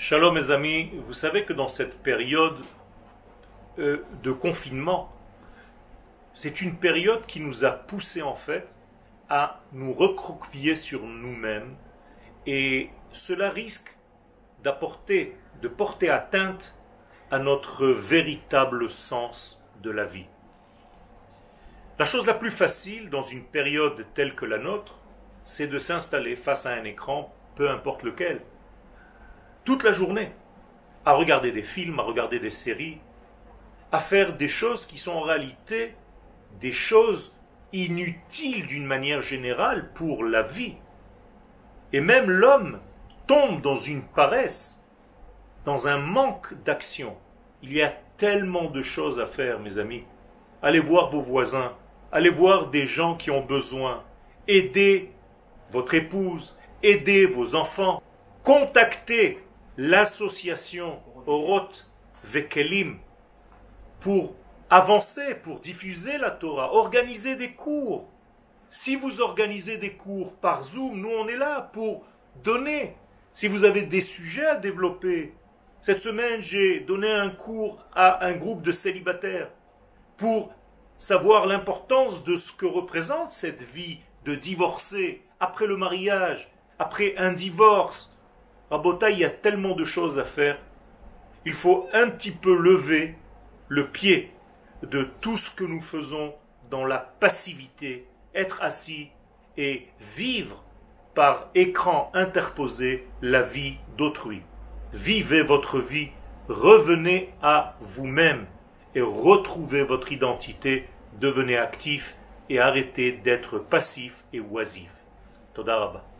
Shalom mes amis, vous savez que dans cette période de confinement, c'est une période qui nous a poussé en fait à nous recroqueviller sur nous-mêmes et cela risque de porter atteinte à notre véritable sens de la vie. La chose la plus facile dans une période telle que la nôtre, c'est de s'installer face à un écran, peu importe lequel, toute la journée, à regarder des films, à regarder des séries, à faire des choses qui sont en réalité des choses inutiles d'une manière générale pour la vie. Et même l'homme tombe dans une paresse, dans un manque d'action. Il y a tellement de choses à faire, mes amis. Allez voir vos voisins, allez voir des gens qui ont besoin, aidez votre épouse, aidez vos enfants, contactez l'association Oroth Vekelim pour avancer, pour diffuser la Torah, organiser des cours. Si vous organisez des cours par Zoom, nous on est là pour donner. Si vous avez des sujets à développer, cette semaine j'ai donné un cours à un groupe de célibataires pour savoir l'importance de ce que représente cette vie de divorcé après le mariage, après un divorce. Rabota, il y a tellement de choses à faire. Il faut un petit peu lever le pied de tout ce que nous faisons dans la passivité, être assis et vivre par écran interposé la vie d'autrui. Vivez votre vie, revenez à vous-même et retrouvez votre identité, devenez actif et arrêtez d'être passif et oisif. Toda Rabba.